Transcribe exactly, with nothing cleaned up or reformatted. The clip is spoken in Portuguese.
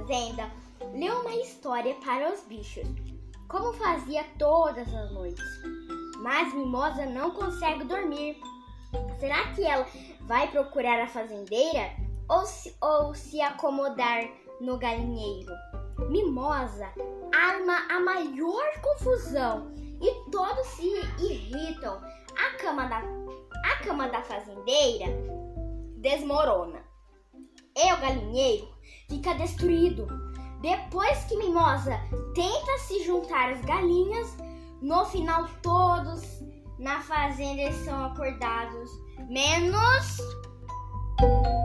fazenda leu uma história para os bichos, como fazia todas as noites. Mas Mimosa não consegue dormir. Será que ela vai procurar a fazendeira ou se, ou se acomodar no galinheiro? Mimosa arma a maior confusão e todos se irritam. A cama da, a cama da fazendeira desmorona e o galinheiro fica destruído. Depois que Mimosa tenta se juntar às galinhas, no final todos na fazenda são acordados, menos